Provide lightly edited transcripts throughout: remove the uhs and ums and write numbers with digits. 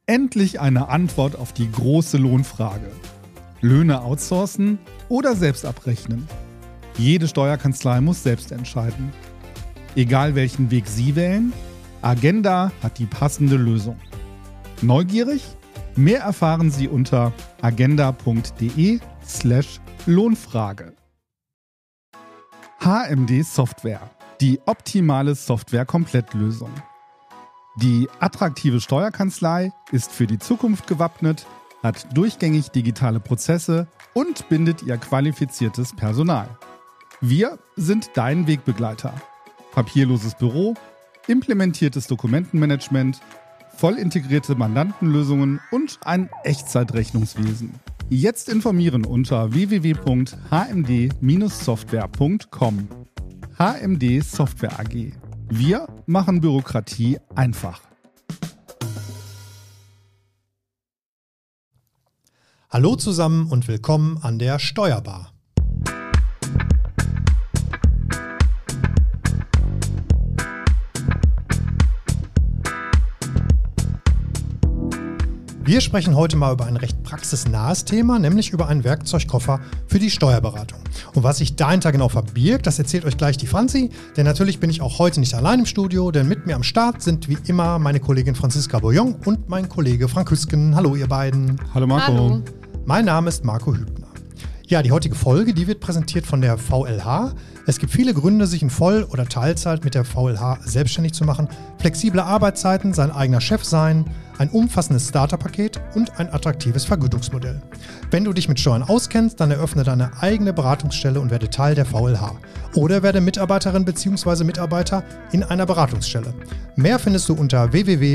Endlich eine Antwort auf die große Lohnfrage. Löhne outsourcen oder selbst abrechnen? Jede Steuerkanzlei muss selbst entscheiden. Egal welchen Weg Sie wählen, Agenda hat die passende Lösung. Neugierig? Mehr erfahren Sie unter agenda.de/Lohnfrage. HMD Software, die optimale Software-Komplettlösung. Die attraktive Steuerkanzlei ist für die Zukunft gewappnet, hat durchgängig digitale Prozesse und bindet ihr qualifiziertes Personal. Wir sind dein Wegbegleiter. Papierloses Büro, implementiertes Dokumentenmanagement, voll integrierte Mandantenlösungen und ein Echtzeitrechnungswesen. Jetzt informieren unter www.hmd-software.com. HMD Software AG. Wir machen Bürokratie einfach. Hallo zusammen und willkommen an der Steuerbar. Wir sprechen heute mal über ein recht praxisnahes Thema, nämlich über einen Werkzeugkoffer für die Steuerberatung. Und was sich dahinter genau verbirgt, das erzählt euch gleich die Franzi, denn natürlich bin ich auch heute nicht allein im Studio, denn mit mir am Start sind wie immer meine Kollegin Franziska Bourillon und mein Kollege Frank Hüsken. Hallo ihr beiden. Hallo Marco. Hallo. Mein Name ist Marco Hübner. Ja, die heutige Folge, die wird präsentiert von der VLH. Es gibt viele Gründe, sich in Voll- oder Teilzeit mit der VLH selbstständig zu machen. Flexible Arbeitszeiten, sein eigener Chef sein, ein umfassendes Starterpaket und ein attraktives Vergütungsmodell. Wenn du dich mit Steuern auskennst, dann eröffne deine eigene Beratungsstelle und werde Teil der VLH. Oder werde Mitarbeiterin bzw. Mitarbeiter in einer Beratungsstelle. Mehr findest du unter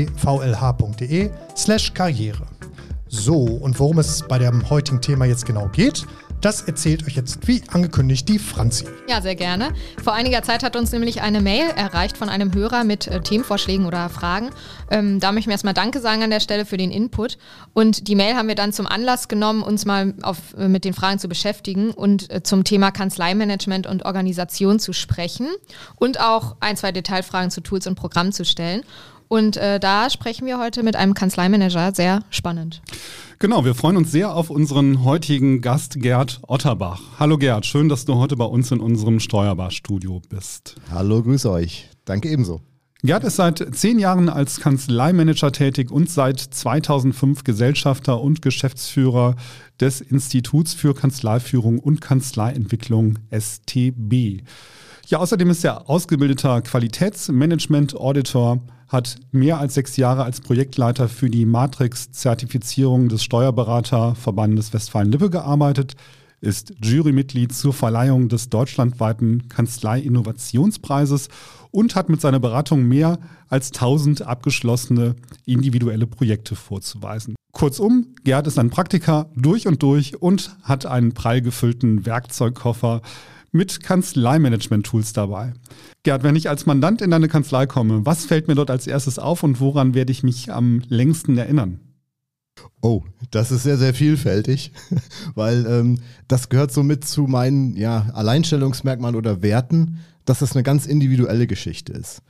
www.vlh.de/Karriere. So, und worum es bei dem heutigen Thema jetzt genau geht, das erzählt euch jetzt, wie angekündigt, die Franzi. Ja, sehr gerne. Vor einiger Zeit hat uns nämlich eine Mail erreicht von einem Hörer mit Themenvorschlägen oder Fragen. Da möchten wir erstmal Danke sagen an der Stelle für den Input. Und die Mail haben wir dann zum Anlass genommen, uns mal mit den Fragen zu beschäftigen und zum Thema Kanzleimanagement und Organisation zu sprechen und auch ein, zwei Detailfragen zu Tools und Programmen zu stellen. Und da sprechen wir heute mit einem Kanzleimanager, sehr spannend. Genau, wir freuen uns sehr auf unseren heutigen Gast Gerd Otterbach. Hallo Gerd, schön, dass du heute bei uns in unserem Steuerbar-Studio bist. Hallo, grüße euch. Danke ebenso. Gerd ist seit 10 Jahren als Kanzleimanager tätig und seit 2005 Gesellschafter und Geschäftsführer des Instituts für Kanzleiführung und Kanzleientwicklung STB. Ja, außerdem ist er ausgebildeter Qualitätsmanagement-Auditor, hat mehr als 6 Jahre als Projektleiter für die Matrix-Zertifizierung des Steuerberaterverbandes Westfalen-Lippe gearbeitet, ist Jurymitglied zur Verleihung des deutschlandweiten Kanzlei-Innovationspreises und hat mit seiner Beratung mehr als 1000 abgeschlossene individuelle Projekte vorzuweisen. Kurzum, Gerd ist ein Praktiker durch und hat einen prall gefüllten Werkzeugkoffer mit Kanzleimanagement-Tools dabei. Gerd, wenn ich als Mandant in deine Kanzlei komme, was fällt mir dort als erstes auf und woran werde ich mich am längsten erinnern? Oh, das ist sehr, sehr vielfältig, weil das gehört so mit zu meinen Alleinstellungsmerkmalen oder Werten, dass das eine ganz individuelle Geschichte ist.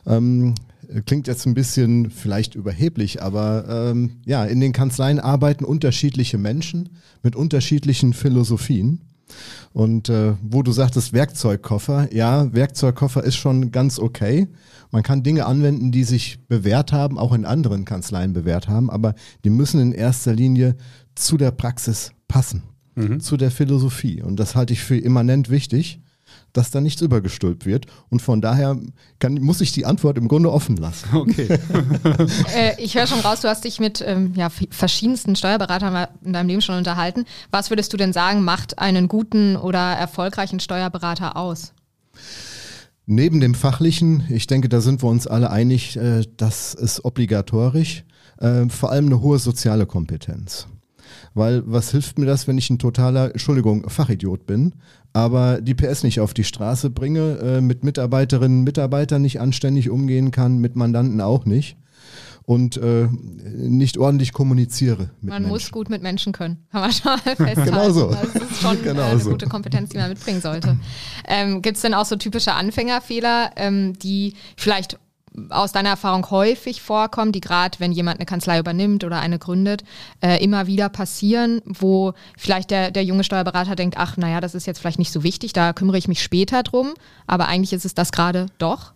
Klingt jetzt ein bisschen vielleicht überheblich, aber in den Kanzleien arbeiten unterschiedliche Menschen mit unterschiedlichen Philosophien. Und wo du sagtest Werkzeugkoffer, ja, Werkzeugkoffer ist schon ganz okay. Man kann Dinge anwenden, die sich bewährt haben, auch in anderen Kanzleien bewährt haben, aber die müssen in erster Linie zu der Praxis passen, zu der Philosophie. Und das halte ich für immanent wichtig, dass da nichts übergestülpt wird. Und von daher muss ich die Antwort im Grunde offen lassen. Okay. Ich höre schon raus, du hast dich mit verschiedensten Steuerberatern in deinem Leben schon unterhalten. Was würdest du denn sagen, macht einen guten oder erfolgreichen Steuerberater aus? Neben dem Fachlichen, ich denke, da sind wir uns alle einig, das ist obligatorisch, vor allem eine hohe soziale Kompetenz. Weil was hilft mir das, wenn ich ein totaler, Fachidiot bin, aber die PS nicht auf die Straße bringe, mit Mitarbeiterinnen und Mitarbeitern nicht anständig umgehen kann, mit Mandanten auch nicht und nicht ordentlich kommuniziere mit Man Menschen. muss gut mit Menschen können, kann man schon mal festhalten. Genau so. Das ist schon eine gute Kompetenz, die man mitbringen sollte. Gibt es denn auch so typische Anfängerfehler, die vielleicht aus deiner Erfahrung häufig vorkommen, die gerade, wenn jemand eine Kanzlei übernimmt oder eine gründet, immer wieder passieren, wo vielleicht der junge Steuerberater denkt, ach naja, das ist jetzt vielleicht nicht so wichtig, da kümmere ich mich später drum, aber eigentlich ist es das gerade doch?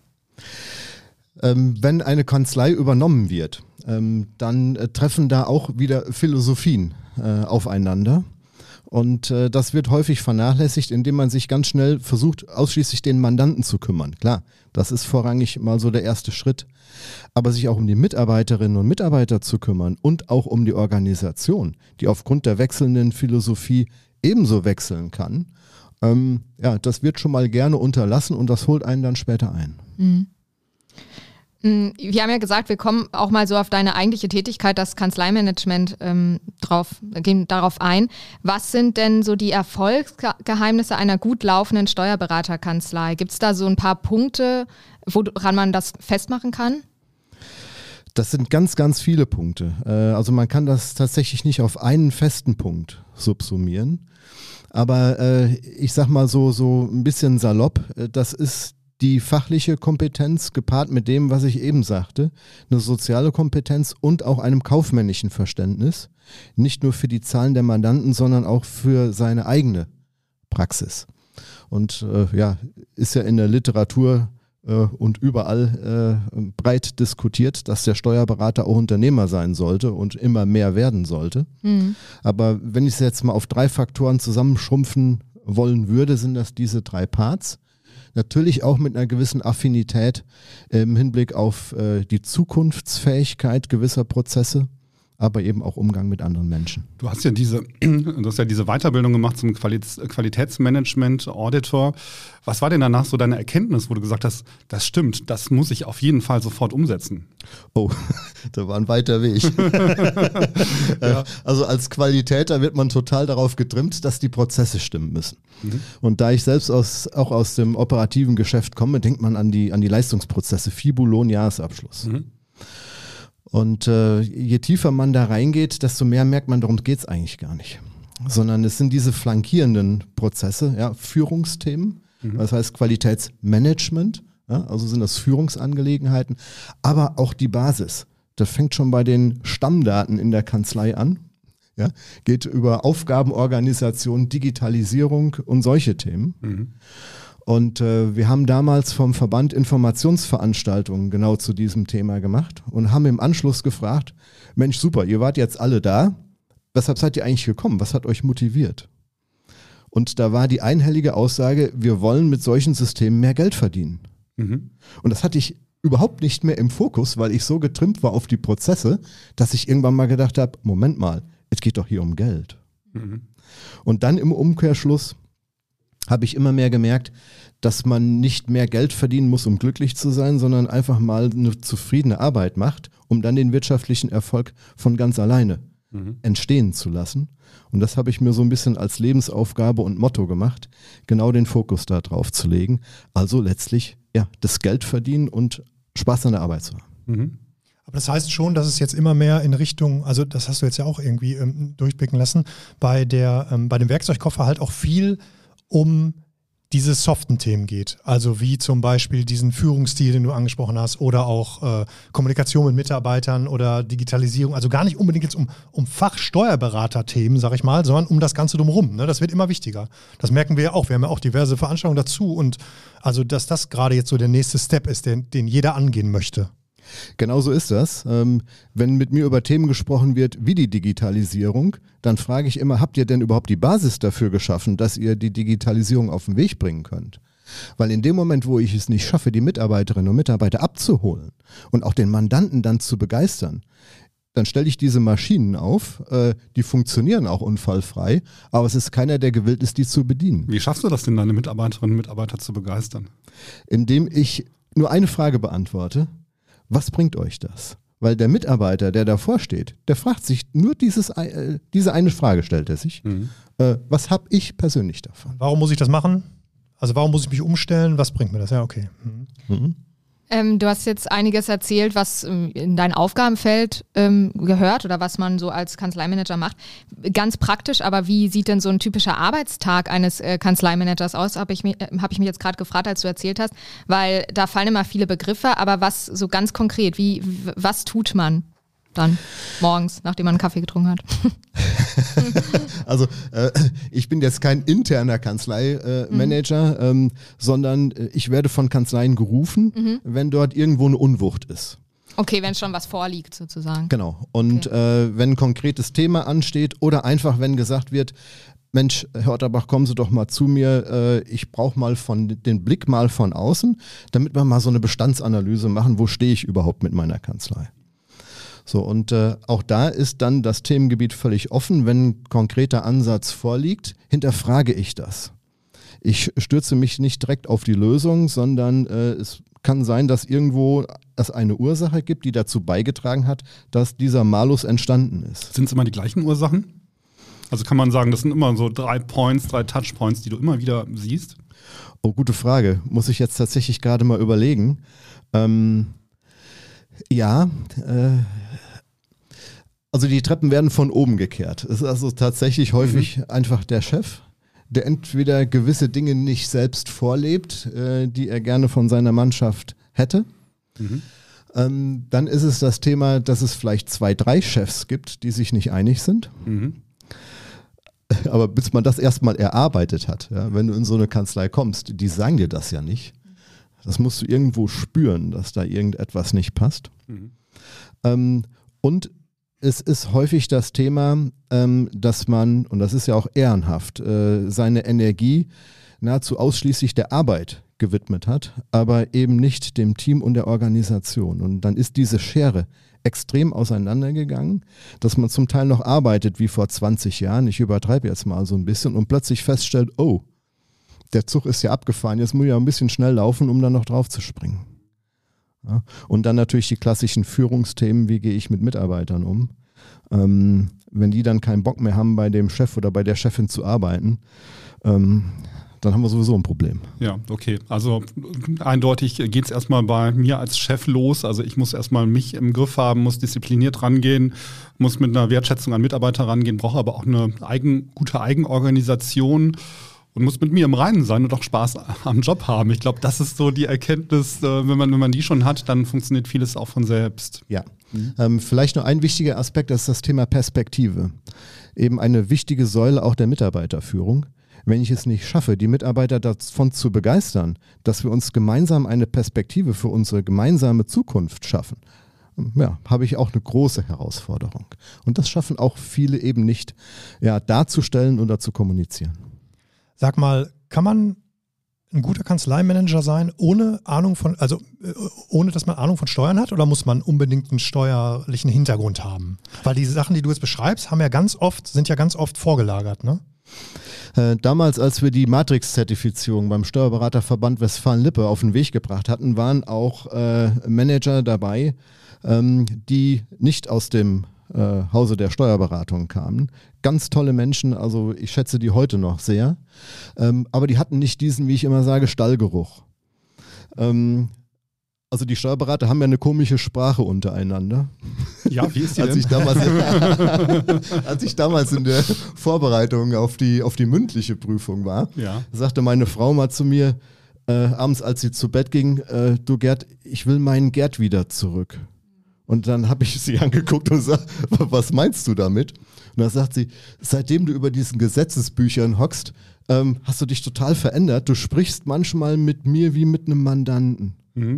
Wenn eine Kanzlei übernommen wird, dann treffen da auch wieder Philosophien aufeinander. Und das wird häufig vernachlässigt, indem man sich ganz schnell versucht, ausschließlich den Mandanten zu kümmern. Klar, das ist vorrangig mal so der erste Schritt. Aber sich auch um die Mitarbeiterinnen und Mitarbeiter zu kümmern und auch um die Organisation, die aufgrund der wechselnden Philosophie ebenso wechseln kann, das wird schon mal gerne unterlassen und das holt einen dann später ein. Mhm. Wir haben ja gesagt, wir kommen auch mal so auf deine eigentliche Tätigkeit, das Kanzleimanagement, gehen darauf ein. Was sind denn so die Erfolgsgeheimnisse einer gut laufenden Steuerberaterkanzlei? Gibt es da so ein paar Punkte, woran man das festmachen kann? Das sind ganz, ganz viele Punkte. Also man kann das tatsächlich nicht auf einen festen Punkt subsumieren. Aber ich sag mal so ein bisschen salopp, das ist die fachliche Kompetenz gepaart mit dem, was ich eben sagte, eine soziale Kompetenz und auch einem kaufmännischen Verständnis, nicht nur für die Zahlen der Mandanten, sondern auch für seine eigene Praxis. Und ist ja in der Literatur und überall breit diskutiert, dass der Steuerberater auch Unternehmer sein sollte und immer mehr werden sollte. Mhm. Aber wenn ich es jetzt mal auf 3 Faktoren zusammenschrumpfen wollen würde, sind das diese 3 Parts. Natürlich auch mit einer gewissen Affinität im Hinblick auf die Zukunftsfähigkeit gewisser Prozesse, aber eben auch Umgang mit anderen Menschen. Du hast ja diese Weiterbildung gemacht zum Qualitätsmanagement-Auditor. Was war denn danach so deine Erkenntnis, wo du gesagt hast, das stimmt, das muss ich auf jeden Fall sofort umsetzen? Oh, da war ein weiter Weg. Ja. Also als Qualitäter wird man total darauf getrimmt, dass die Prozesse stimmen müssen. Mhm. Und da ich selbst auch aus dem operativen Geschäft komme, denkt man an die Leistungsprozesse, FIBU, Lohn, Jahresabschluss. Mhm. Und je tiefer man da reingeht, desto mehr merkt man, darum geht es eigentlich gar nicht. Sondern es sind diese flankierenden Prozesse, ja, Führungsthemen, das heißt Qualitätsmanagement, ja, also sind das Führungsangelegenheiten, aber auch die Basis. Das fängt schon bei den Stammdaten in der Kanzlei an, ja, geht über Aufgabenorganisation, Digitalisierung und solche Themen. Mhm. Und wir haben damals vom Verband Informationsveranstaltungen genau zu diesem Thema gemacht und haben im Anschluss gefragt, Mensch, super, ihr wart jetzt alle da, weshalb seid ihr eigentlich gekommen? Was hat euch motiviert? Und da war die einhellige Aussage, wir wollen mit solchen Systemen mehr Geld verdienen. Mhm. Und das hatte ich überhaupt nicht mehr im Fokus, weil ich so getrimmt war auf die Prozesse, dass ich irgendwann mal gedacht habe, Moment mal, es geht doch hier um Geld. Mhm. Und dann im Umkehrschluss habe ich immer mehr gemerkt, dass man nicht mehr Geld verdienen muss, um glücklich zu sein, sondern einfach mal eine zufriedene Arbeit macht, um dann den wirtschaftlichen Erfolg von ganz alleine entstehen zu lassen. Und das habe ich mir so ein bisschen als Lebensaufgabe und Motto gemacht, genau den Fokus da drauf zu legen. Also letztlich das Geld verdienen und Spaß an der Arbeit zu haben. Mhm. Aber das heißt schon, dass es jetzt immer mehr in Richtung, also das hast du jetzt ja auch irgendwie durchblicken lassen, bei dem Werkzeugkoffer halt auch viel um diese soften Themen geht. Also wie zum Beispiel diesen Führungsstil, den du angesprochen hast, oder auch Kommunikation mit Mitarbeitern oder Digitalisierung. Also gar nicht unbedingt jetzt um Fachsteuerberater-Themen, sag ich mal, sondern um das Ganze drumherum. Ne? Das wird immer wichtiger. Das merken wir ja auch. Wir haben ja auch diverse Veranstaltungen dazu. Und also, dass das gerade jetzt so der nächste Step ist, den jeder angehen möchte. Genau so ist das. Wenn mit mir über Themen gesprochen wird wie die Digitalisierung, dann frage ich immer, habt ihr denn überhaupt die Basis dafür geschaffen, dass ihr die Digitalisierung auf den Weg bringen könnt? Weil in dem Moment, wo ich es nicht schaffe, die Mitarbeiterinnen und Mitarbeiter abzuholen und auch den Mandanten dann zu begeistern, dann stelle ich diese Maschinen auf, die funktionieren auch unfallfrei, aber es ist keiner, der gewillt ist, die zu bedienen. Wie schaffst du das denn, deine Mitarbeiterinnen und Mitarbeiter zu begeistern? Indem ich nur eine Frage beantworte: Was bringt euch das? Weil der Mitarbeiter, der davor steht, der fragt sich nur diese eine Frage, stellt er sich. Mhm. Was habe ich persönlich davon? Warum muss ich das machen? Also warum muss ich mich umstellen? Was bringt mir das? Ja, okay. Mhm. Du hast jetzt einiges erzählt, was in dein Aufgabenfeld gehört oder was man so als Kanzleimanager macht. Ganz praktisch, aber wie sieht denn so ein typischer Arbeitstag eines Kanzleimanagers aus? Hab ich mich jetzt gerade gefragt, als du erzählt hast, weil da fallen immer viele Begriffe, aber was so ganz konkret, was tut man dann morgens, nachdem man einen Kaffee getrunken hat? Also ich bin jetzt kein interner Kanzleimanager, sondern ich werde von Kanzleien gerufen, wenn dort irgendwo eine Unwucht ist. Okay, wenn schon was vorliegt sozusagen. Genau. Und wenn ein konkretes Thema ansteht oder einfach wenn gesagt wird, Mensch, Herr Otterbach, kommen Sie doch mal zu mir, ich brauche mal den Blick mal von außen, damit wir mal so eine Bestandsanalyse machen, wo stehe ich überhaupt mit meiner Kanzlei. So, und auch da ist dann das Themengebiet völlig offen. Wenn ein konkreter Ansatz vorliegt, hinterfrage ich das. Ich stürze mich nicht direkt auf die Lösung, sondern es kann sein, dass irgendwo es eine Ursache gibt, die dazu beigetragen hat, dass dieser Malus entstanden ist. Sind es immer die gleichen Ursachen? Also kann man sagen, das sind immer so 3 Touchpoints, die du immer wieder siehst? Oh, gute Frage. Muss ich jetzt tatsächlich gerade mal überlegen. Also die Treppen werden von oben gekehrt. Es ist also tatsächlich häufig einfach der Chef, der entweder gewisse Dinge nicht selbst vorlebt, die er gerne von seiner Mannschaft hätte. Dann ist es das Thema, dass es vielleicht 2, 3 Chefs gibt, die sich nicht einig sind. Aber bis man das erstmal erarbeitet hat, ja, wenn du in so eine Kanzlei kommst, die sagen dir das ja nicht. Das musst du irgendwo spüren, dass da irgendetwas nicht passt. Und es ist häufig das Thema, dass man, und das ist ja auch ehrenhaft, seine Energie nahezu ausschließlich der Arbeit gewidmet hat, aber eben nicht dem Team und der Organisation. Und dann ist diese Schere extrem auseinandergegangen, dass man zum Teil noch arbeitet wie vor 20 Jahren, ich übertreibe jetzt mal so ein bisschen, und plötzlich feststellt, oh, der Zug ist ja abgefahren, jetzt muss ich ja ein bisschen schnell laufen, um dann noch drauf zu springen. Ja, und dann natürlich die klassischen Führungsthemen, wie gehe ich mit Mitarbeitern um? Wenn die dann keinen Bock mehr haben, bei dem Chef oder bei der Chefin zu arbeiten, dann haben wir sowieso ein Problem. Ja, okay. Also eindeutig geht es erstmal bei mir als Chef los. Also ich muss erstmal mich im Griff haben, muss diszipliniert rangehen, muss mit einer Wertschätzung an Mitarbeiter rangehen, brauche aber auch eine gute Eigenorganisation und muss mit mir im Reinen sein und auch Spaß am Job haben. Ich glaube, das ist so die Erkenntnis, wenn man die schon hat, dann funktioniert vieles auch von selbst. Ja, vielleicht nur ein wichtiger Aspekt, das ist das Thema Perspektive. Eben eine wichtige Säule auch der Mitarbeiterführung. Wenn ich es nicht schaffe, die Mitarbeiter davon zu begeistern, dass wir uns gemeinsam eine Perspektive für unsere gemeinsame Zukunft schaffen, ja, habe ich auch eine große Herausforderung. Und das schaffen auch viele eben nicht, ja, darzustellen oder zu kommunizieren. Sag mal, kann man ein guter Kanzleimanager sein, ohne dass man Ahnung von Steuern hat, oder muss man unbedingt einen steuerlichen Hintergrund haben? Weil die Sachen, die du jetzt beschreibst, sind ja ganz oft vorgelagert, ne? Damals, als wir die Matrix-Zertifizierung beim Steuerberaterverband Westfalen-Lippe auf den Weg gebracht hatten, waren auch Manager dabei, die nicht aus dem Hause der Steuerberatung kamen. Ganz tolle Menschen, also ich schätze die heute noch sehr, aber die hatten nicht diesen, wie ich immer sage, Stallgeruch. Also die Steuerberater haben ja eine komische Sprache untereinander. Ja, wie ist die als ich damals in der Vorbereitung auf die mündliche Prüfung war, sagte meine Frau mal zu mir, abends, als sie zu Bett ging, du Gerd, ich will meinen Gerd wieder zurück. Und dann habe ich sie angeguckt und gesagt, was meinst du damit? Und dann sagt sie, seitdem du über diesen Gesetzesbüchern hockst, hast du dich total verändert. Du sprichst manchmal mit mir wie mit einem Mandanten.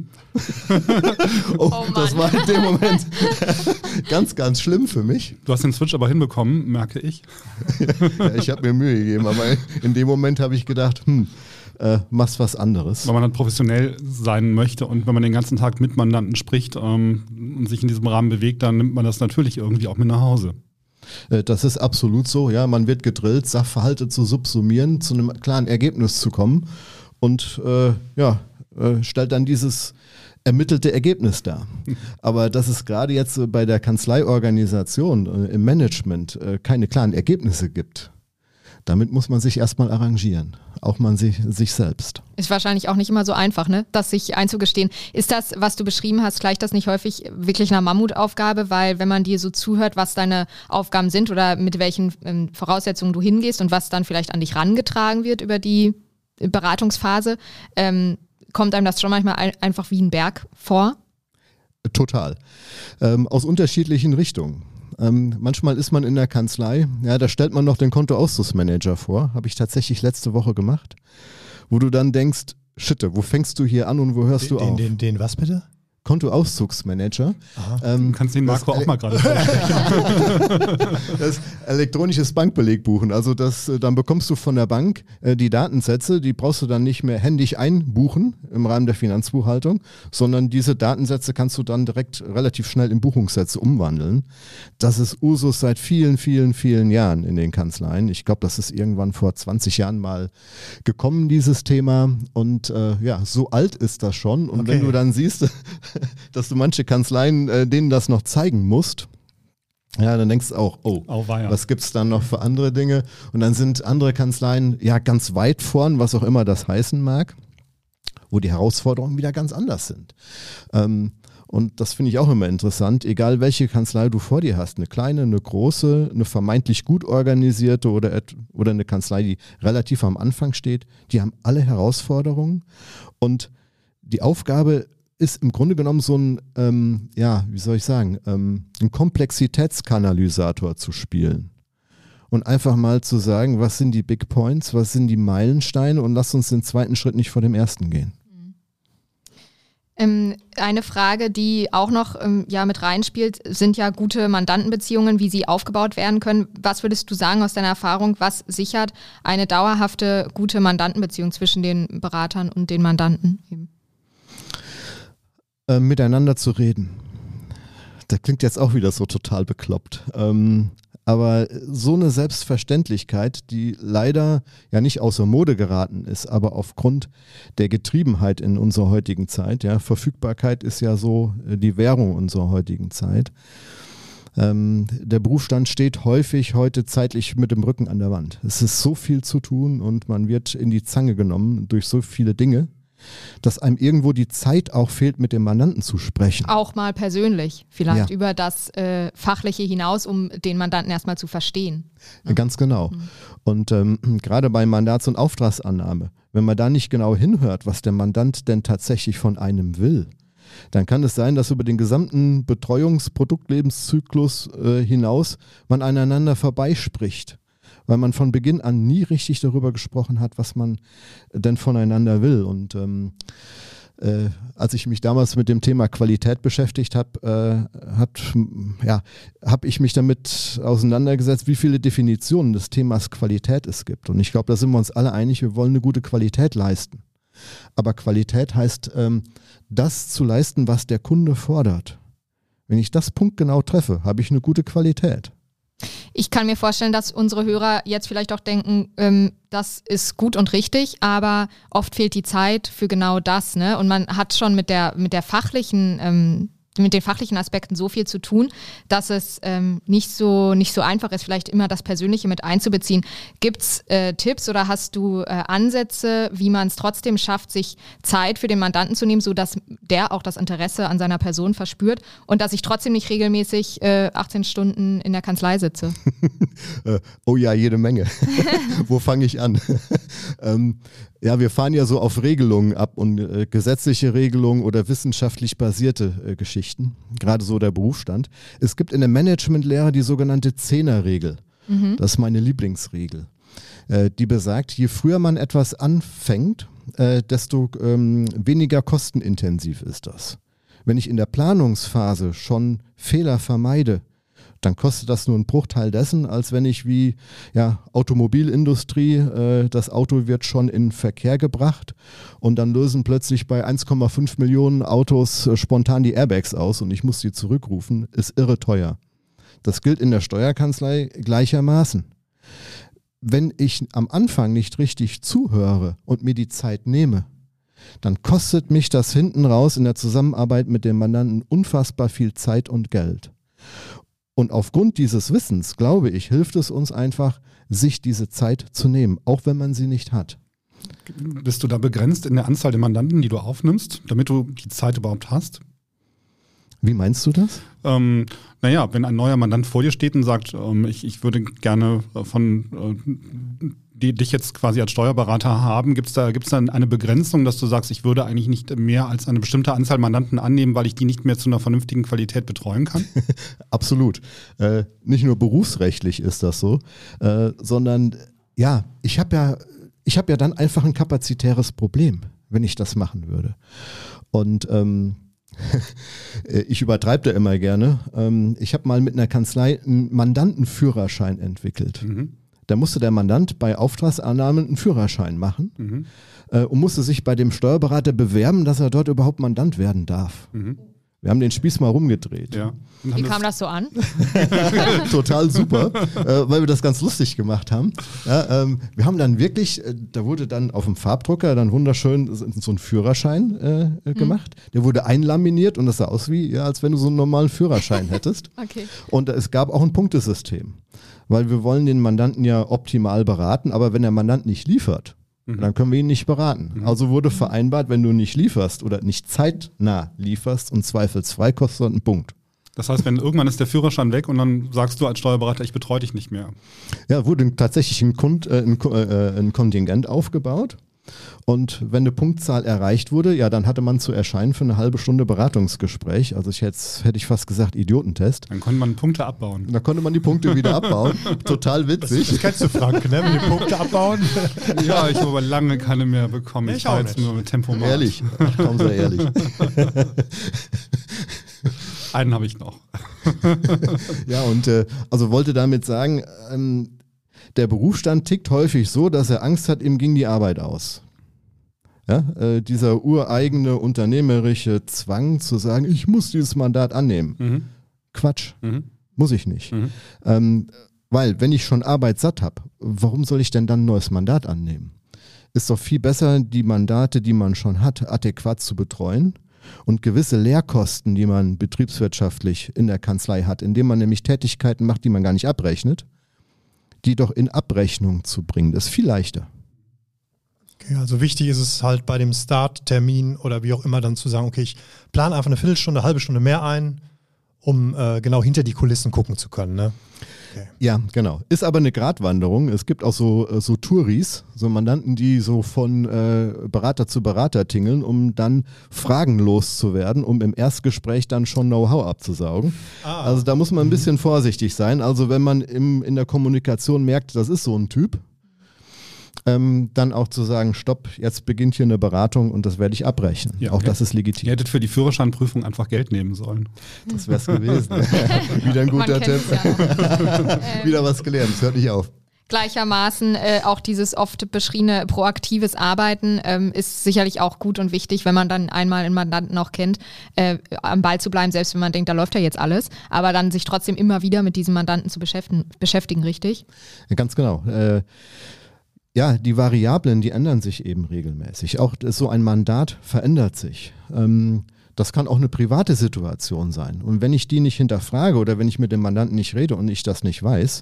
Das war in dem Moment ganz, ganz schlimm für mich. Du hast den Switch aber hinbekommen, merke ich. Ja, ich habe mir Mühe gegeben, aber in dem Moment habe ich gedacht, machst was anderes. Weil man dann professionell sein möchte und wenn man den ganzen Tag mit Mandanten spricht und sich in diesem Rahmen bewegt, dann nimmt man das natürlich irgendwie auch mit nach Hause. Das ist absolut so, ja. Man wird gedrillt, Sachverhalte zu subsumieren, zu einem klaren Ergebnis zu kommen und stellt dann dieses ermittelte Ergebnis dar. Aber dass es gerade jetzt bei der Kanzleiorganisation im Management keine klaren Ergebnisse gibt, Damit muss man sich erstmal arrangieren, auch man sich selbst. Ist wahrscheinlich auch nicht immer so einfach, ne? Das sich einzugestehen. Ist das, was du beschrieben hast, gleicht das nicht häufig wirklich einer Mammutaufgabe? Weil wenn man dir so zuhört, was deine Aufgaben sind oder mit welchen Voraussetzungen du hingehst und was dann vielleicht an dich rangetragen wird über die Beratungsphase, kommt einem das schon manchmal einfach wie ein Berg vor? Total. Aus unterschiedlichen Richtungen. Manchmal ist man in der Kanzlei, ja, da stellt man noch den Kontoauszugsmanager vor, habe ich tatsächlich letzte Woche gemacht, wo du dann denkst, Schitte, wo fängst du hier an und wo hörst du auf? Den was bitte? Kontoauszugsmanager. Du kannst den Marco auch mal gerade vorstellen. Das elektronisches Bankbelegbuchen. Also dann bekommst du von der Bank die Datensätze, die brauchst du dann nicht mehr händisch einbuchen im Rahmen der Finanzbuchhaltung, sondern diese Datensätze kannst du dann direkt relativ schnell in Buchungssätze umwandeln. Das ist Usus seit vielen, vielen, vielen Jahren in den Kanzleien. Ich glaube, das ist irgendwann vor 20 Jahren mal gekommen, dieses Thema. Und so alt ist das schon. Und wenn du dann siehst, dass du manche Kanzleien, denen das noch zeigen musst, ja, dann denkst du auch, was gibt's dann noch für andere Dinge? Und dann sind andere Kanzleien ja ganz weit vorn, was auch immer das heißen mag, wo die Herausforderungen wieder ganz anders sind. Und das finde ich auch immer interessant, egal welche Kanzlei du vor dir hast, eine kleine, eine große, eine vermeintlich gut organisierte oder eine Kanzlei, die relativ am Anfang steht, die haben alle Herausforderungen und die Aufgabe ist im Grunde genommen so ein, ein Komplexitätskanalysator zu spielen. Und einfach mal zu sagen, was sind die Big Points, was sind die Meilensteine und lass uns den zweiten Schritt nicht vor dem ersten gehen. Eine Frage, die auch noch mit reinspielt, sind ja gute Mandantenbeziehungen, wie sie aufgebaut werden können. Was würdest du sagen aus deiner Erfahrung, was sichert eine dauerhafte, gute Mandantenbeziehung zwischen den Beratern und den Mandanten eben? Miteinander zu reden. Das klingt jetzt auch wieder so total bekloppt. Aber so eine Selbstverständlichkeit, die leider ja nicht außer Mode geraten ist, aber aufgrund der Getriebenheit in unserer heutigen Zeit, ja, Verfügbarkeit ist ja so die Währung unserer heutigen Zeit. Der Berufsstand steht häufig heute zeitlich mit dem Rücken an der Wand. Es ist so viel zu tun und man wird in die Zange genommen durch so viele Dinge, dass einem irgendwo die Zeit auch fehlt, mit dem Mandanten zu sprechen. Auch mal persönlich, vielleicht über das Fachliche hinaus, um den Mandanten erstmal zu verstehen. Ne? Ganz genau. Und gerade bei Mandats- und Auftragsannahme, wenn man da nicht genau hinhört, was der Mandant denn tatsächlich von einem will, dann kann es sein, dass über den gesamten Betreuungsproduktlebenszyklus hinaus man aneinander vorbeispricht, weil man von Beginn an nie richtig darüber gesprochen hat, was man denn voneinander will. Und als ich mich damals mit dem Thema Qualität beschäftigt habe, habe ich mich damit auseinandergesetzt, wie viele Definitionen des Themas Qualität es gibt. Und ich glaube, da sind wir uns alle einig, wir wollen eine gute Qualität leisten. Aber Qualität heißt, das zu leisten, was der Kunde fordert. Wenn ich das punktgenau treffe, habe ich eine gute Qualität. Ich kann mir vorstellen, dass unsere Hörer jetzt vielleicht auch denken, das ist gut und richtig, aber oft fehlt die Zeit für genau das, ne? Und man hat schon mit den fachlichen Aspekten so viel zu tun, dass es nicht so einfach ist, vielleicht immer das Persönliche mit einzubeziehen. Gibt es Tipps oder hast du Ansätze, wie man es trotzdem schafft, sich Zeit für den Mandanten zu nehmen, sodass der auch das Interesse an seiner Person verspürt und dass ich trotzdem nicht regelmäßig 18 Stunden in der Kanzlei sitze? Oh ja, jede Menge. Wo fange ich an? Wir fahren ja so auf Regelungen ab und gesetzliche Regelungen oder wissenschaftlich basierte Geschichten, gerade so der Berufsstand. Es gibt in der Managementlehre die sogenannte 10er-Regel. Das ist meine Lieblingsregel. Die besagt, je früher man etwas anfängt, desto weniger kostenintensiv ist das. Wenn ich in der Planungsphase schon Fehler vermeide, dann kostet das nur einen Bruchteil dessen, als wenn ich wie Automobilindustrie, das Auto wird schon in Verkehr gebracht und dann lösen plötzlich bei 1,5 Millionen Autos spontan die Airbags aus und ich muss sie zurückrufen, ist irre teuer. Das gilt in der Steuerkanzlei gleichermaßen. Wenn ich am Anfang nicht richtig zuhöre und mir die Zeit nehme, dann kostet mich das hinten raus in der Zusammenarbeit mit dem Mandanten unfassbar viel Zeit und Geld. Und aufgrund dieses Wissens, glaube ich, hilft es uns einfach, sich diese Zeit zu nehmen, auch wenn man sie nicht hat. Bist du da begrenzt in der Anzahl der Mandanten, die du aufnimmst, damit du die Zeit überhaupt hast? Wie meinst du das? Naja, wenn ein neuer Mandant vor dir steht und sagt, ich würde gerne dich jetzt quasi als Steuerberater haben, gibt's da eine Begrenzung, dass du sagst, ich würde eigentlich nicht mehr als eine bestimmte Anzahl Mandanten annehmen, weil ich die nicht mehr zu einer vernünftigen Qualität betreuen kann? Absolut. Nicht nur berufsrechtlich ist das so, sondern ja, ich habe ja dann einfach ein kapazitäres Problem, wenn ich das machen würde. Und ich übertreibe da immer gerne. Ich habe mal mit einer Kanzlei einen Mandantenführerschein entwickelt. Mhm. Da musste der Mandant bei Auftragsannahme einen Führerschein machen und musste sich bei dem Steuerberater bewerben, dass er dort überhaupt Mandant werden darf. Mhm. Wir haben den Spieß mal rumgedreht. Ja. Wie kam das so an? Total super, weil wir das ganz lustig gemacht haben. Ja, wir haben dann wirklich, da wurde dann auf dem Farbdrucker dann wunderschön so ein Führerschein gemacht. Der wurde einlaminiert und das sah aus wie, als wenn du so einen normalen Führerschein hättest. Okay. Und es gab auch ein Punktesystem, weil wir wollen den Mandanten ja optimal beraten, aber wenn der Mandant nicht liefert, dann können wir ihn nicht beraten. Also wurde vereinbart, wenn du nicht lieferst oder nicht zeitnah lieferst und zweifelsfrei kostet einen Punkt. Das heißt, wenn irgendwann ist der Führerschein weg und dann sagst du als Steuerberater, ich betreue dich nicht mehr. Ja, wurde tatsächlich ein Kontingent aufgebaut. Und wenn eine Punktzahl erreicht wurde, ja, dann hatte man zu erscheinen für eine halbe Stunde Beratungsgespräch. Also hätte ich fast gesagt Idiotentest. Dann konnte man Punkte abbauen. Da konnte man die Punkte wieder abbauen. Total witzig. Das kennst du, Frank, ne? Wenn die Punkte abbauen. Ja, ich habe aber lange keine mehr bekommen. Ich war jetzt nur mit Tempomat. Ehrlich, kaum sehr ehrlich. Einen habe ich noch. Ja, und also wollte damit sagen, der Berufsstand tickt häufig so, dass er Angst hat, ihm ging die Arbeit aus. Ja, dieser ureigene unternehmerische Zwang zu sagen, ich muss dieses Mandat annehmen. Mhm. Quatsch, muss ich nicht. Weil wenn ich schon Arbeit satt habe, warum soll ich denn dann ein neues Mandat annehmen? Ist doch viel besser, die Mandate, die man schon hat, adäquat zu betreuen und gewisse Lehrkosten, die man betriebswirtschaftlich in der Kanzlei hat, indem man nämlich Tätigkeiten macht, die man gar nicht abrechnet, die doch in Abrechnung zu bringen. Das ist viel leichter. Okay, also wichtig ist es halt bei dem Starttermin oder wie auch immer dann zu sagen, okay, ich plane einfach eine Viertelstunde, halbe Stunde mehr ein, um genau hinter die Kulissen gucken zu können. Ne? Okay. Ja, genau. Ist aber eine Gratwanderung. Es gibt auch so Touris, so Mandanten, die so von Berater zu Berater tingeln, um dann fragenlos zu werden, um im Erstgespräch dann schon Know-how abzusaugen. Also da muss man ein bisschen vorsichtig sein. Also wenn man in der Kommunikation merkt, das ist so ein Typ, dann auch zu sagen, stopp, jetzt beginnt hier eine Beratung und das werde ich abrechnen. Ja, auch das ist legitim. Ihr hättet für die Führerscheinprüfung einfach Geld nehmen sollen. Das wäre es gewesen. Wieder ein guter Tipp. Ja. Wieder was gelernt, es hört nicht auf. Gleichermaßen auch dieses oft beschriebene proaktives Arbeiten ist sicherlich auch gut und wichtig, wenn man dann einmal einen Mandanten auch kennt, am Ball zu bleiben, selbst wenn man denkt, da läuft ja jetzt alles, aber dann sich trotzdem immer wieder mit diesem Mandanten zu beschäftigen, richtig? Ja, ganz genau. Ja, die Variablen, die ändern sich eben regelmäßig. Auch so ein Mandat verändert sich. Das kann auch eine private Situation sein. Und wenn ich die nicht hinterfrage oder wenn ich mit dem Mandanten nicht rede und ich das nicht weiß,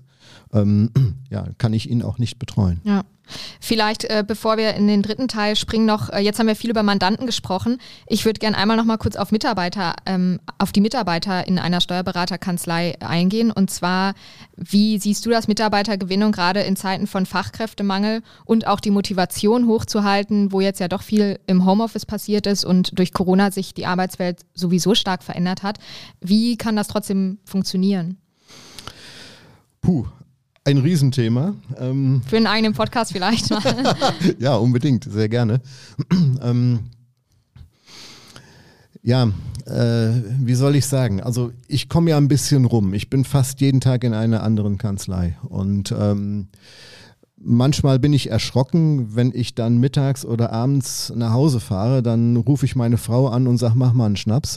kann ich ihn auch nicht betreuen. Ja. Vielleicht, bevor wir in den dritten Teil springen, jetzt haben wir viel über Mandanten gesprochen. Ich würde gerne einmal noch mal kurz auf die Mitarbeiter in einer Steuerberaterkanzlei eingehen. Und zwar, wie siehst du das Mitarbeitergewinnung gerade in Zeiten von Fachkräftemangel und auch die Motivation hochzuhalten, wo jetzt ja doch viel im Homeoffice passiert ist und durch Corona sich die Arbeitswelt sowieso stark verändert hat. Wie kann das trotzdem funktionieren? Ein Riesenthema. Für einen eigenen Podcast vielleicht mal. Ja, unbedingt, sehr gerne. Wie soll ich sagen? Also ich komme ja ein bisschen rum. Ich bin fast jeden Tag in einer anderen Kanzlei und manchmal bin ich erschrocken, wenn ich dann mittags oder abends nach Hause fahre, dann rufe ich meine Frau an und sage, mach mal einen Schnaps.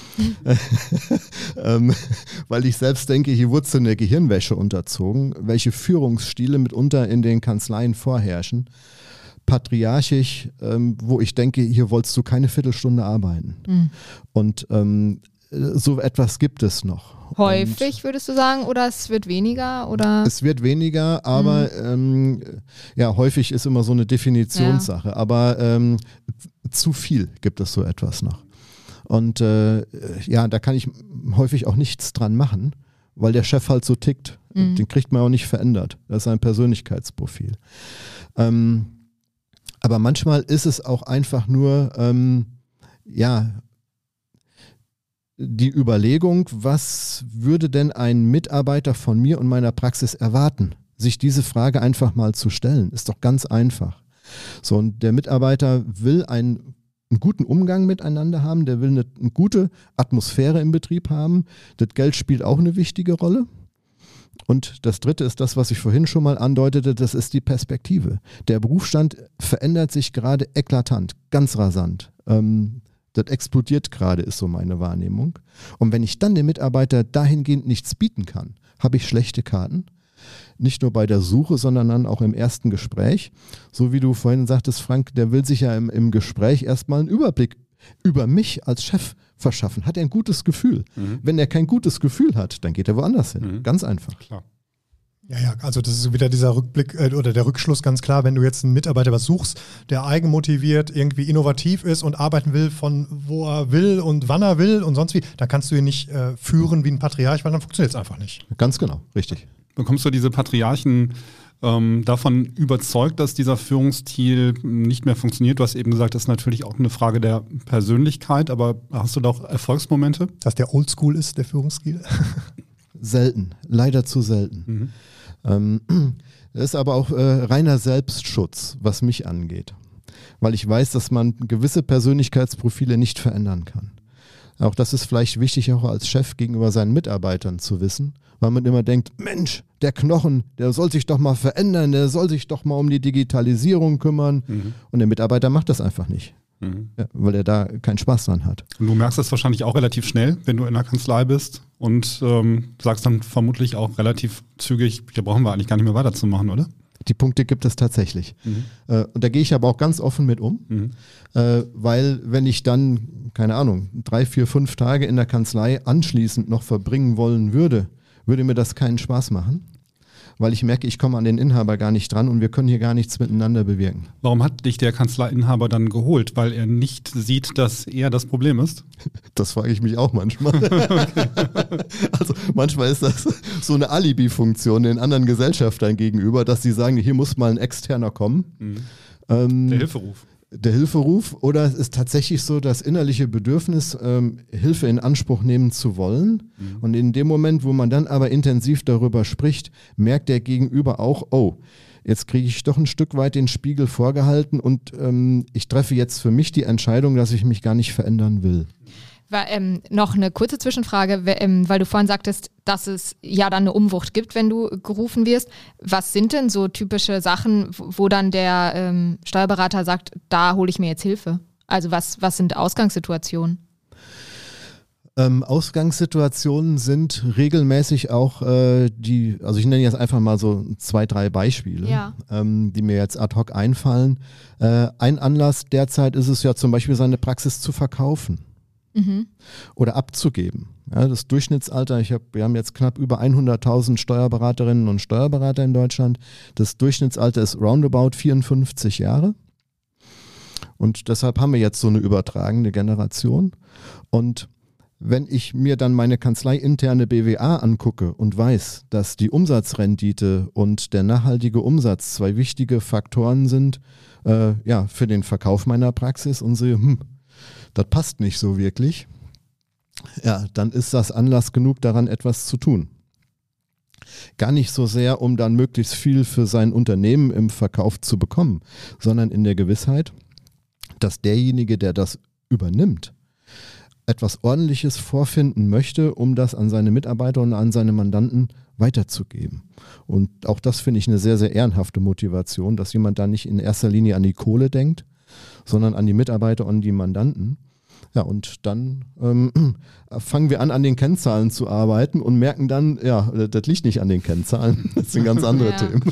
Weil ich selbst denke, hier wurde so eine Gehirnwäsche unterzogen, welche Führungsstile mitunter in den Kanzleien vorherrschen. Patriarchisch, wo ich denke, hier wolltest du keine Viertelstunde arbeiten. Und so etwas gibt es noch. Häufig, würdest du sagen, oder es wird weniger? Oder? Es wird weniger, aber häufig ist immer so eine Definitionssache. Ja. Aber zu viel gibt es so etwas noch. Und da kann ich häufig auch nichts dran machen, weil der Chef halt so tickt. Den kriegt man auch nicht verändert. Das ist ein Persönlichkeitsprofil. Aber manchmal ist es auch einfach nur, die Überlegung, was würde denn ein Mitarbeiter von mir und meiner Praxis erwarten? Sich diese Frage einfach mal zu stellen, ist doch ganz einfach. So, und der Mitarbeiter will einen guten Umgang miteinander haben, der will eine gute Atmosphäre im Betrieb haben. Das Geld spielt auch eine wichtige Rolle. Und das Dritte ist das, was ich vorhin schon mal andeutete, das ist die Perspektive. Der Berufsstand verändert sich gerade eklatant, ganz rasant. Das explodiert gerade, ist so meine Wahrnehmung. Und wenn ich dann dem Mitarbeiter dahingehend nichts bieten kann, habe ich schlechte Karten. Nicht nur bei der Suche, sondern dann auch im ersten Gespräch. So wie du vorhin sagtest, Frank, der will sich ja im Gespräch erstmal einen Überblick über mich als Chef verschaffen. Hat er ein gutes Gefühl? Wenn er kein gutes Gefühl hat, dann geht er woanders hin. Ganz einfach. Klar. Ja, also das ist wieder dieser Rückblick oder der Rückschluss ganz klar, wenn du jetzt einen Mitarbeiter was suchst, der eigenmotiviert, irgendwie innovativ ist und arbeiten will von wo er will und wann er will und sonst wie, dann kannst du ihn nicht führen wie ein Patriarch, weil dann funktioniert es einfach nicht. Ganz genau, richtig. Bekommst du diese Patriarchen davon überzeugt, dass dieser Führungsstil nicht mehr funktioniert? Du hast eben gesagt, das ist natürlich auch eine Frage der Persönlichkeit, aber hast du da auch Erfolgsmomente? Dass der Oldschool ist, der Führungsstil? Selten, leider zu selten. Das ist aber auch reiner Selbstschutz, was mich angeht. Weil ich weiß, dass man gewisse Persönlichkeitsprofile nicht verändern kann. Auch das ist vielleicht wichtig, auch als Chef gegenüber seinen Mitarbeitern zu wissen, weil man immer denkt, Mensch, der Knochen, der soll sich doch mal verändern, der soll sich doch mal um die Digitalisierung kümmern. Und der Mitarbeiter macht das einfach nicht. Ja, weil er da keinen Spaß dran hat. Und du merkst das wahrscheinlich auch relativ schnell, wenn du in der Kanzlei bist und sagst dann vermutlich auch relativ zügig, hier brauchen wir eigentlich gar nicht mehr weiterzumachen, oder? Die Punkte gibt es tatsächlich. Und da gehe ich aber auch ganz offen mit um, weil wenn ich dann, keine Ahnung, 3, 4, 5 Tage in der Kanzlei anschließend noch verbringen wollen würde mir das keinen Spaß machen, weil ich merke, ich komme an den Inhaber gar nicht dran und wir können hier gar nichts miteinander bewirken. Warum hat dich der Kanzleiinhaber dann geholt? Weil er nicht sieht, dass er das Problem ist? Das frage ich mich auch manchmal. Also manchmal ist das so eine Alibi-Funktion den anderen Gesellschaftern gegenüber, dass sie sagen, hier muss mal ein Externer kommen. Der Hilferuf. Der Hilferuf, oder es ist tatsächlich so das innerliche Bedürfnis, Hilfe in Anspruch nehmen zu wollen. Und in dem Moment, wo man dann aber intensiv darüber spricht, merkt der Gegenüber auch, oh, jetzt kriege ich doch ein Stück weit den Spiegel vorgehalten und ich treffe jetzt für mich die Entscheidung, dass ich mich gar nicht verändern will. Noch eine kurze Zwischenfrage, weil du vorhin sagtest, dass es ja dann eine Umwucht gibt, wenn du gerufen wirst. Was sind denn so typische Sachen, wo dann der Steuerberater sagt, da hole ich mir jetzt Hilfe? Also was sind Ausgangssituationen? Ausgangssituationen sind regelmäßig auch also ich nenne jetzt einfach mal so 2, 3 Beispiele, die mir jetzt ad hoc einfallen. Ein Anlass derzeit ist es ja zum Beispiel, seine Praxis zu verkaufen. Oder abzugeben. Ja, das Durchschnittsalter, wir haben jetzt knapp über 100.000 Steuerberaterinnen und Steuerberater in Deutschland. Das Durchschnittsalter ist roundabout 54 Jahre. Und deshalb haben wir jetzt so eine übertragende Generation. Und wenn ich mir dann meine kanzleiinterne BWA angucke und weiß, dass die Umsatzrendite und der nachhaltige Umsatz 2 wichtige Faktoren sind für den Verkauf meiner Praxis und sehe, das passt nicht so wirklich, ja, dann ist das Anlass genug, daran etwas zu tun. Gar nicht so sehr, um dann möglichst viel für sein Unternehmen im Verkauf zu bekommen, sondern in der Gewissheit, dass derjenige, der das übernimmt, etwas Ordentliches vorfinden möchte, um das an seine Mitarbeiter und an seine Mandanten weiterzugeben. Und auch das finde ich eine sehr, sehr ehrenhafte Motivation, dass jemand da nicht in erster Linie an die Kohle denkt, sondern an die Mitarbeiter und die Mandanten. Ja, und dann fangen wir an den Kennzahlen zu arbeiten und merken dann, ja, das liegt nicht an den Kennzahlen, das sind ganz andere Themen.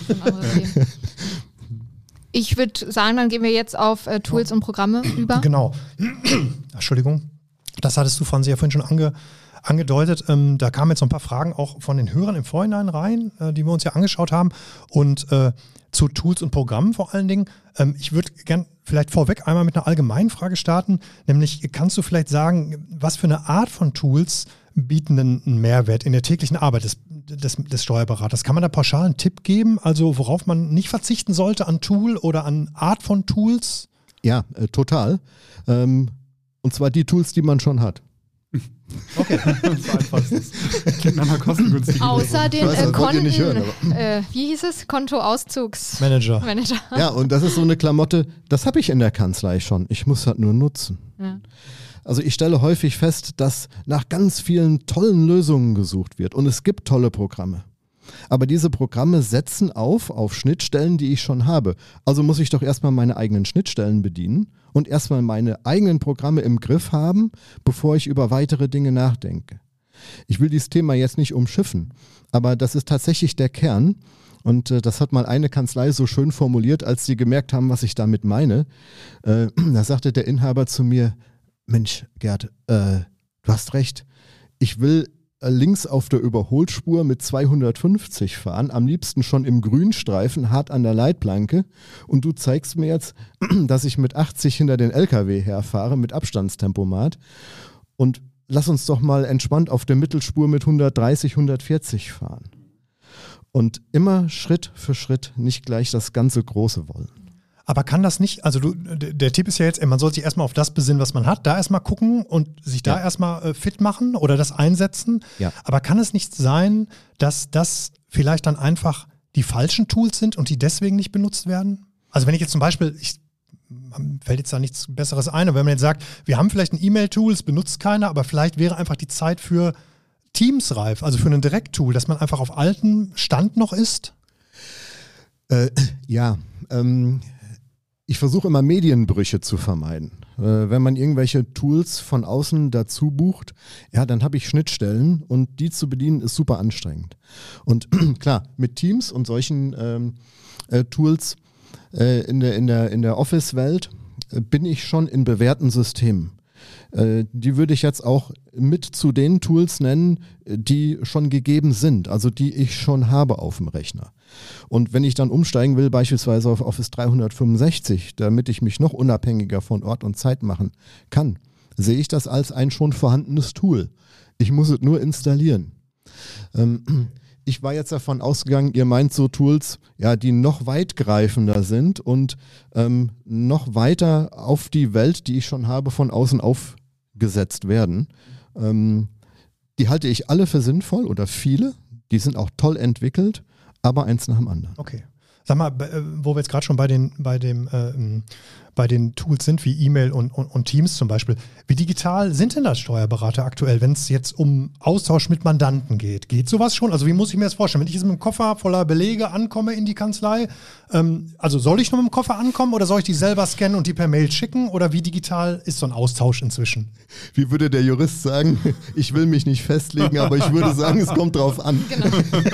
Ich würde sagen, dann gehen wir jetzt auf Tools und Programme über. Genau. Entschuldigung. Das hattest du, Franzi, ja vorhin schon angedeutet. Da kamen jetzt so ein paar Fragen auch von den Hörern im Vorhinein rein, die wir uns ja angeschaut haben. Und zu Tools und Programmen vor allen Dingen. Ich würde gern vielleicht vorweg einmal mit einer allgemeinen Frage starten. Nämlich, kannst du vielleicht sagen, was für eine Art von Tools bieten einen Mehrwert in der täglichen Arbeit des Steuerberaters? Kann man da pauschal einen Tipp geben? Also worauf man nicht verzichten sollte an Tool oder an Art von Tools? Ja, total. Und zwar die Tools, die man schon hat. Okay, das Einfachstes. Klingt nach einer kostengünstigen Außer den Konten, wie hieß es? Kontoauszugsmanager. Ja, und das ist so eine Klamotte, das habe ich in der Kanzlei schon. Ich muss das nur nutzen. Ja. Also ich stelle häufig fest, dass nach ganz vielen tollen Lösungen gesucht wird und es gibt tolle Programme. Aber diese Programme setzen auf Schnittstellen, die ich schon habe. Also muss ich doch erstmal meine eigenen Schnittstellen bedienen und erstmal meine eigenen Programme im Griff haben, bevor ich über weitere Dinge nachdenke. Ich will dieses Thema jetzt nicht umschiffen, aber das ist tatsächlich der Kern. Und das hat mal eine Kanzlei so schön formuliert, als sie gemerkt haben, was ich damit meine. Da sagte der Inhaber zu mir, Mensch, Gerd, du hast recht, ich will links auf der Überholspur mit 250 fahren, am liebsten schon im Grünstreifen, hart an der Leitplanke und du zeigst mir jetzt, dass ich mit 80 hinter den LKW herfahre mit Abstandstempomat und lass uns doch mal entspannt auf der Mittelspur mit 130, 140 fahren. Und immer Schritt für Schritt, nicht gleich das ganze Große wollen. Aber kann das nicht, also der Tipp ist ja jetzt, man soll sich erstmal auf das besinnen, was man hat, da erstmal gucken und sich da erstmal fit machen oder das einsetzen. Ja. Aber kann es nicht sein, dass das vielleicht dann einfach die falschen Tools sind und die deswegen nicht benutzt werden? Also wenn ich jetzt zum Beispiel, fällt jetzt da nichts Besseres ein, aber wenn man jetzt sagt, wir haben vielleicht ein E-Mail-Tool, es benutzt keiner, aber vielleicht wäre einfach die Zeit für Teams reif, also für ein Direkttool, dass man einfach auf altem Stand noch ist? Ich versuche immer Medienbrüche zu vermeiden. Wenn man irgendwelche Tools von außen dazu bucht, ja, dann habe ich Schnittstellen und die zu bedienen ist super anstrengend. Und klar, mit Teams und solchen Tools in der Office-Welt bin ich schon in bewährten Systemen. Die würde ich jetzt auch mit zu den Tools nennen, die schon gegeben sind, also die ich schon habe auf dem Rechner. Und wenn ich dann umsteigen will, beispielsweise auf Office 365, damit ich mich noch unabhängiger von Ort und Zeit machen kann, sehe ich das als ein schon vorhandenes Tool. Ich muss es nur installieren. Ich war jetzt davon ausgegangen, ihr meint so Tools, ja, die noch weitgreifender sind und noch weiter auf die Welt, die ich schon habe, von außen aufgesetzt werden. Die halte ich alle für sinnvoll oder viele. Die sind auch toll entwickelt, aber eins nach dem anderen. Okay. Sag mal, wo wir jetzt gerade schon bei den Tools sind, wie E-Mail und Teams zum Beispiel. Wie digital sind denn das Steuerberater aktuell, wenn es jetzt um Austausch mit Mandanten geht? Geht sowas schon? Also wie muss ich mir das vorstellen? Wenn ich jetzt mit einem Koffer voller Belege ankomme in die Kanzlei, also soll ich nur mit dem Koffer ankommen oder soll ich die selber scannen und die per Mail schicken? Oder wie digital ist so ein Austausch inzwischen? Wie würde der Jurist sagen? Ich will mich nicht festlegen, aber ich würde sagen, es kommt drauf an. Genau.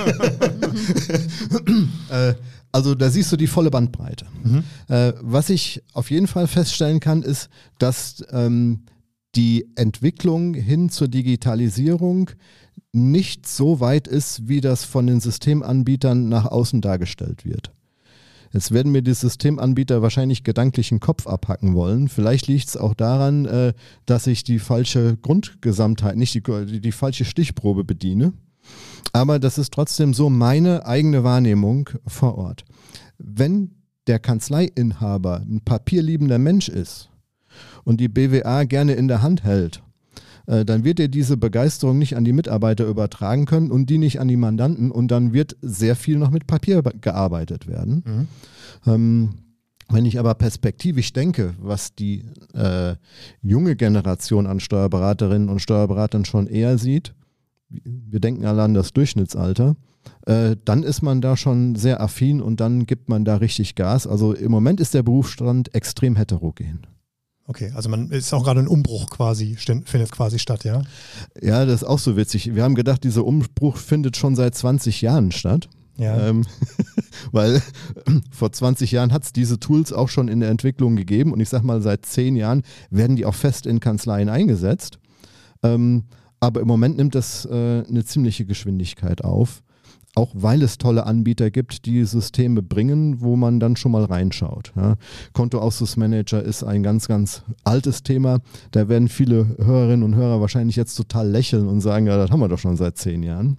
Also da siehst du die volle Bandbreite. Was ich auf jeden Fall feststellen kann, ist, dass die Entwicklung hin zur Digitalisierung nicht so weit ist, wie das von den Systemanbietern nach außen dargestellt wird. Jetzt werden mir die Systemanbieter wahrscheinlich gedanklich den Kopf abhacken wollen. Vielleicht liegt es auch daran, dass ich die falsche Grundgesamtheit, nicht die falsche Stichprobe bediene. Aber das ist trotzdem so meine eigene Wahrnehmung vor Ort. Wenn der Kanzleiinhaber ein papierliebender Mensch ist und die BWA gerne in der Hand hält, dann wird er diese Begeisterung nicht an die Mitarbeiter übertragen können und die nicht an die Mandanten und dann wird sehr viel noch mit Papier gearbeitet werden. Wenn ich aber perspektivisch denke, was die junge Generation an Steuerberaterinnen und Steuerberatern schon eher sieht, wir denken alle an das Durchschnittsalter, dann ist man da schon sehr affin und dann gibt man da richtig Gas. Also im Moment ist der Berufsstand extrem heterogen. Okay, also man ist auch gerade ein Umbruch quasi, findet quasi statt, ja? Ja, das ist auch so witzig. Wir haben gedacht, dieser Umbruch findet schon seit 20 Jahren statt. Ja. Weil vor 20 Jahren hat es diese Tools auch schon in der Entwicklung gegeben und ich sag mal, seit 10 Jahren werden die auch fest in Kanzleien eingesetzt. Aber im Moment nimmt das eine ziemliche Geschwindigkeit auf, auch weil es tolle Anbieter gibt, die Systeme bringen, wo man dann schon mal reinschaut. Ja. Kontoauszug-Manager ist ein ganz, ganz altes Thema. Da werden viele Hörerinnen und Hörer wahrscheinlich jetzt total lächeln und sagen, ja, das haben wir doch schon seit 10 Jahren.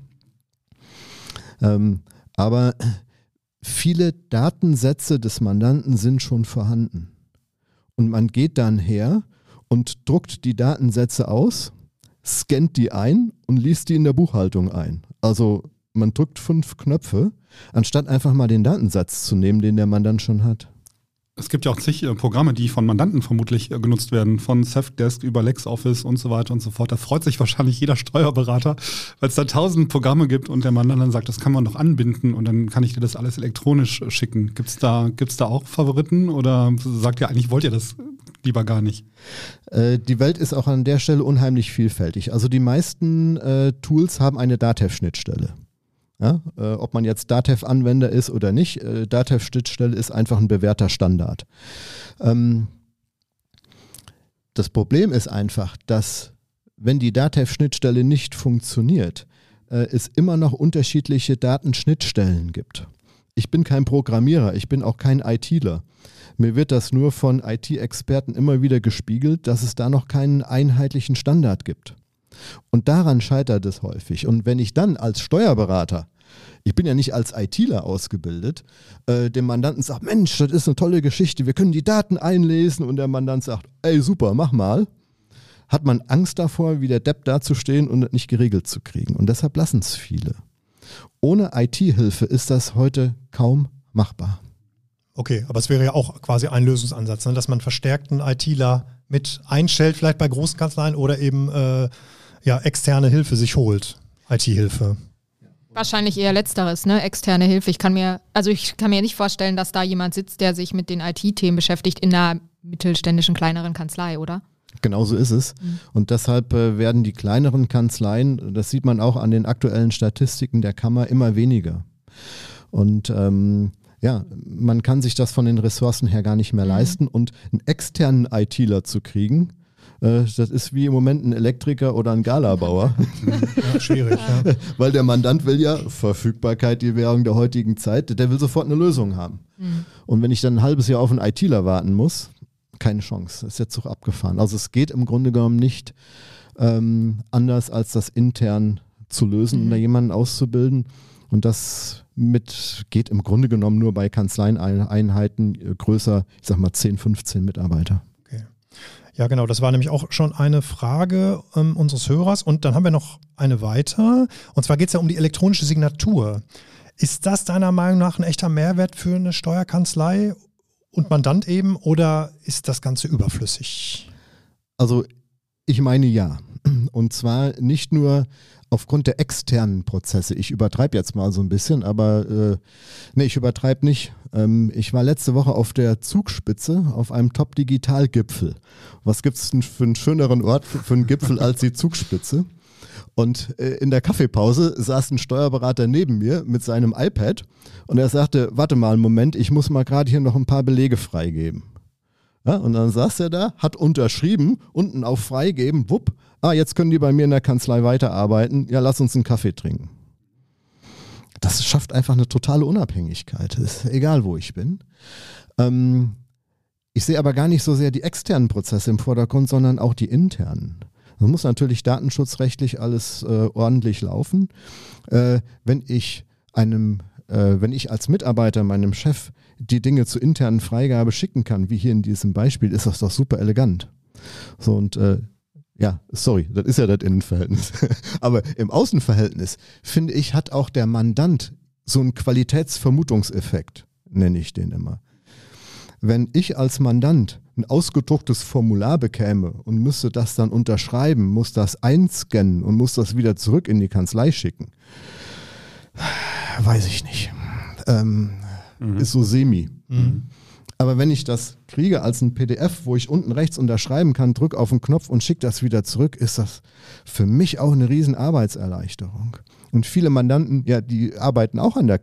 Aber viele Datensätze des Mandanten sind schon vorhanden. Und man geht dann her und druckt die Datensätze aus, scannt die ein und liest die in der Buchhaltung ein. Also man drückt 5 Knöpfe, anstatt einfach mal den Datensatz zu nehmen, den der Mandant schon hat. Es gibt ja auch zig Programme, die von Mandanten vermutlich genutzt werden, von Safdesk über LexOffice und so weiter und so fort. Da freut sich wahrscheinlich jeder Steuerberater, weil es da 1000 Programme gibt und der Mandant dann sagt, das kann man doch anbinden und dann kann ich dir das alles elektronisch schicken. Gibt's da auch Favoriten oder sagt ihr eigentlich, wollt ihr das lieber gar nicht? Die Welt ist auch an der Stelle unheimlich vielfältig. Also die meisten Tools haben eine DATEV-Schnittstelle. Ja, ob man jetzt DATEV-Anwender ist oder nicht, DATEV-Schnittstelle ist einfach ein bewährter Standard. Das Problem ist einfach, dass wenn die DATEV-Schnittstelle nicht funktioniert, es immer noch unterschiedliche Datenschnittstellen gibt. Ich bin kein Programmierer, ich bin auch kein ITler. Mir wird das nur von IT-Experten immer wieder gespiegelt, dass es da noch keinen einheitlichen Standard gibt. Und daran scheitert es häufig. Und wenn ich dann als Steuerberater, ich bin ja nicht als ITler ausgebildet, dem Mandanten sage, Mensch, das ist eine tolle Geschichte, wir können die Daten einlesen und der Mandant sagt, ey super, mach mal, hat man Angst davor, wie der Depp dazustehen und das nicht geregelt zu kriegen. Und deshalb lassen es viele. Ohne IT-Hilfe ist das heute kaum machbar. Okay, aber es wäre ja auch quasi ein Lösungsansatz, ne? Dass man verstärkten ITler mit einstellt, vielleicht bei großen Kanzleien oder eben externe Hilfe sich holt, IT-Hilfe. Wahrscheinlich eher Letzteres, ne? Externe Hilfe. Ich kann mir nicht vorstellen, dass da jemand sitzt, der sich mit den IT-Themen beschäftigt in einer mittelständischen, kleineren Kanzlei, oder? Genau so ist es. Und deshalb werden die kleineren Kanzleien, das sieht man auch an den aktuellen Statistiken der Kammer, immer weniger. Und man kann sich das von den Ressourcen her gar nicht mehr leisten. Und einen externen ITler zu kriegen, das ist wie im Moment ein Elektriker oder ein Galabauer. Ja, schwierig, ja. Weil der Mandant will ja Verfügbarkeit, die Währung der heutigen Zeit, der will sofort eine Lösung haben. Und wenn ich dann ein halbes Jahr auf einen ITler warten muss, keine Chance, ist der Zug abgefahren. Also es geht im Grunde genommen nicht anders, als das intern zu lösen und da jemanden auszubilden. Und das geht im Grunde genommen nur bei Kanzleieneinheiten größer, ich sag mal 10, 15 Mitarbeiter. Okay. Ja, genau, das war nämlich auch schon eine Frage unseres Hörers. Und dann haben wir noch eine weiter. Und zwar geht es ja um die elektronische Signatur. Ist das deiner Meinung nach ein echter Mehrwert für eine Steuerkanzlei und Mandant eben oder ist das Ganze überflüssig? Also ich meine ja. Und zwar nicht nur aufgrund der externen Prozesse. Ich übertreibe jetzt mal so ein bisschen, aber ich übertreibe nicht. Ich war letzte Woche auf der Zugspitze auf einem Top-Digital-Gipfel. Was gibt es denn für einen schöneren Ort für einen Gipfel als die Zugspitze? Und in der Kaffeepause saß ein Steuerberater neben mir mit seinem iPad und er sagte, warte mal einen Moment, ich muss mal gerade hier noch ein paar Belege freigeben. Ja, und dann saß er da, hat unterschrieben, unten auf Freigeben, wupp, jetzt können die bei mir in der Kanzlei weiterarbeiten, ja, lass uns einen Kaffee trinken. Das schafft einfach eine totale Unabhängigkeit, ist egal, wo ich bin. Ich sehe aber gar nicht so sehr die externen Prozesse im Vordergrund, sondern auch die internen. Das muss natürlich datenschutzrechtlich alles ordentlich laufen. Wenn ich als Mitarbeiter meinem Chef die Dinge zur internen Freigabe schicken kann, wie hier in diesem Beispiel, ist das doch super elegant. So und das ist ja das Innenverhältnis. Aber im Außenverhältnis, finde ich, hat auch der Mandant so einen Qualitätsvermutungseffekt, nenne ich den immer. Wenn ich als Mandant ein ausgedrucktes Formular bekäme und müsste das dann unterschreiben, muss das einscannen und muss das wieder zurück in die Kanzlei schicken, weiß ich nicht. Ist so semi. Aber wenn ich das kriege als ein PDF, wo ich unten rechts unterschreiben kann, drücke auf den Knopf und schicke das wieder zurück, ist das für mich auch eine riesen Arbeitserleichterung. Und viele Mandanten, die arbeiten auch an der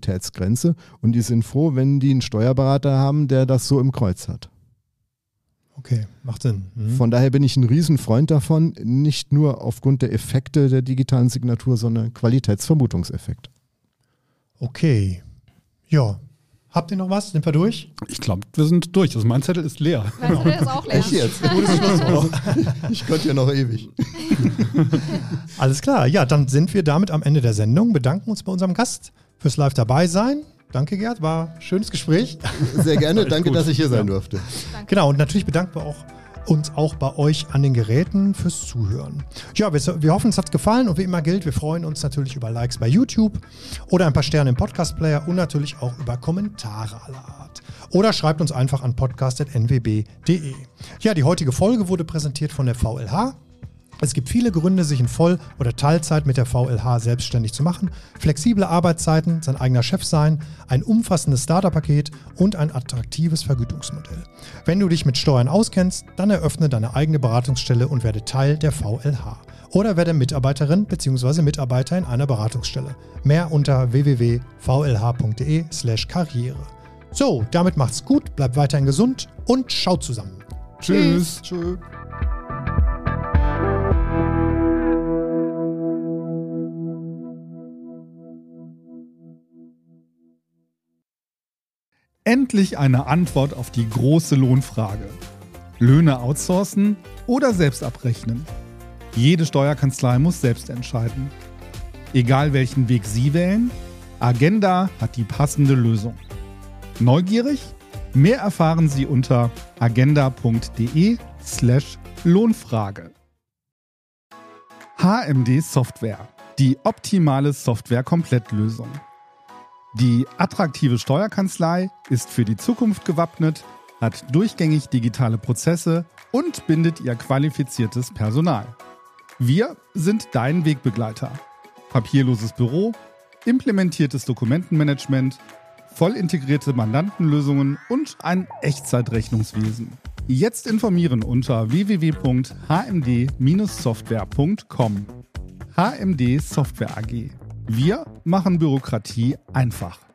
Kapazitätsgrenze und die sind froh, wenn die einen Steuerberater haben, der das so im Kreuz hat. Okay, macht Sinn. Von daher bin ich ein Riesenfreund davon, nicht nur aufgrund der Effekte der digitalen Signatur, sondern Qualitätsvermutungseffekt. Okay, ja. Habt ihr noch was? Sind wir durch? Ich glaube, wir sind durch. Also mein Zettel ist leer. Mein Zettel ist auch leer. Echt jetzt? Ich könnte ja noch ewig. Alles klar, ja, dann sind wir damit am Ende der Sendung. Bedanken uns bei unserem Gast fürs Live dabei sein. Danke, Gerd, war ein schönes Gespräch. Sehr gerne, danke, dass ich hier sein durfte. Genau, und natürlich bedanken wir uns auch bei euch an den Geräten fürs Zuhören. Ja, wir hoffen, es hat gefallen und wie immer gilt, wir freuen uns natürlich über Likes bei YouTube oder ein paar Sterne im Podcast-Player und natürlich auch über Kommentare aller Art. Oder schreibt uns einfach an podcast@nwb.de. Ja, die heutige Folge wurde präsentiert von der VLH. Es gibt viele Gründe, sich in Voll- oder Teilzeit mit der VLH selbstständig zu machen. Flexible Arbeitszeiten, sein eigener Chef sein, ein umfassendes Starterpaket und ein attraktives Vergütungsmodell. Wenn du dich mit Steuern auskennst, dann eröffne deine eigene Beratungsstelle und werde Teil der VLH. Oder werde Mitarbeiterin bzw. Mitarbeiter in einer Beratungsstelle. Mehr unter www.vlh.de/karriere. So, damit macht's gut, bleibt weiterhin gesund und schaut zusammen. Tschüss. Tschüss. Endlich eine Antwort auf die große Lohnfrage. Löhne outsourcen oder selbst abrechnen? Jede Steuerkanzlei muss selbst entscheiden. Egal welchen Weg Sie wählen, Agenda hat die passende Lösung. Neugierig? Mehr erfahren Sie unter agenda.de/Lohnfrage. HMD Software, die optimale Software-Komplettlösung. Die attraktive Steuerkanzlei ist für die Zukunft gewappnet, hat durchgängig digitale Prozesse und bindet ihr qualifiziertes Personal. Wir sind dein Wegbegleiter. Papierloses Büro, implementiertes Dokumentenmanagement, voll integrierte Mandantenlösungen und ein Echtzeitrechnungswesen. Jetzt informieren unter www.hmd-software.com. HMD Software AG. Wir machen Bürokratie einfach.